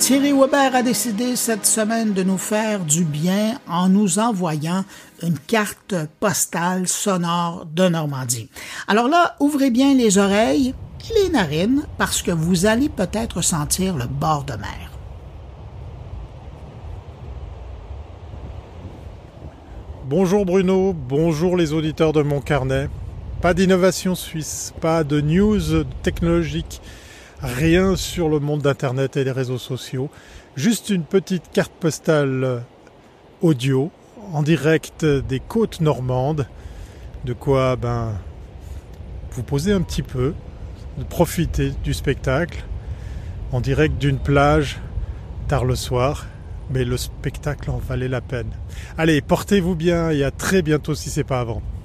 Thierry Weber a décidé cette semaine de nous faire du bien en nous envoyant une carte postale sonore de Normandie. Alors là, ouvrez bien les oreilles et les narines parce que vous allez peut-être sentir le bord de mer. Bonjour Bruno, bonjour les auditeurs de mon carnet. Pas d'innovation suisse, pas de news technologique, rien sur le monde d'Internet et les réseaux sociaux. Juste une petite carte postale audio en direct des côtes normandes. De quoi vous poser un petit peu, de profiter du spectacle en direct d'une plage tard le soir. Mais le spectacle en valait la peine. Allez, portez-vous bien et à très bientôt si c'est pas avant.